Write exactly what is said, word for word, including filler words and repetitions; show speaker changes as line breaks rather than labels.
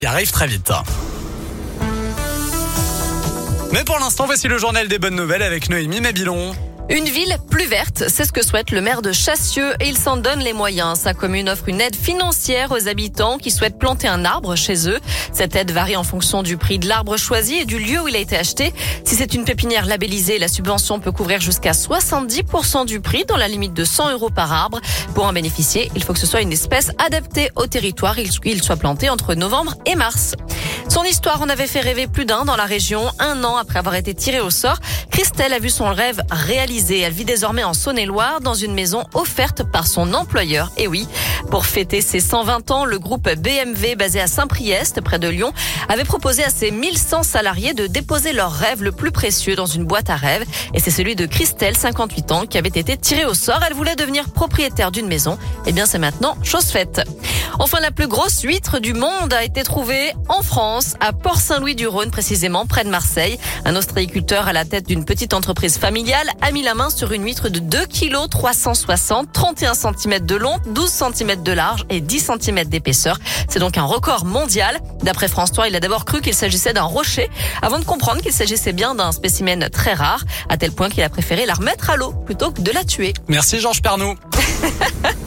Il arrive très vite. Mais pour l'instant, voici le journal des bonnes nouvelles avec Noémie Mabilon.
Une ville plus verte, c'est ce que souhaite le maire de Chassieux et il s'en donne les moyens. Sa commune offre une aide financière aux habitants qui souhaitent planter un arbre chez eux. Cette aide varie en fonction du prix de l'arbre choisi et du lieu où il a été acheté. Si c'est une pépinière labellisée, la subvention peut couvrir jusqu'à soixante-dix pour cent du prix dans la limite de cent euros par arbre. Pour en bénéficier, il faut que ce soit une espèce adaptée au territoire et qu'il soit planté entre novembre et mars. Son histoire en avait fait rêver plus d'un dans la région. Un an après avoir été tirée au sort, Christelle a vu son rêve réalisé. Elle vit désormais en Saône-et-Loire dans une maison offerte par son employeur. Et oui, pour fêter ses cent vingt ans, le groupe B M W basé à Saint-Priest, près de Lyon, avait proposé à ses mille cent salariés de déposer leur rêve le plus précieux dans une boîte à rêves. Et c'est celui de Christelle, cinquante-huit ans, qui avait été tirée au sort. Elle voulait devenir propriétaire d'une maison. Eh bien, c'est maintenant chose faite. Enfin, la plus grosse huître du monde a été trouvée en France, à Port-Saint-Louis-du-Rhône, précisément près de Marseille. Un ostréiculteur à la tête d'une petite entreprise familiale a mis la main sur une huître de deux virgule trois cent soixante kilos, trente et un centimètres de long, douze centimètres de large et dix centimètres d'épaisseur. C'est donc un record mondial. D'après France trois, il a d'abord cru qu'il s'agissait d'un rocher, avant de comprendre qu'il s'agissait bien d'un spécimen très rare, à tel point qu'il a préféré la remettre à l'eau plutôt que de la tuer.
Merci Georges Pernou.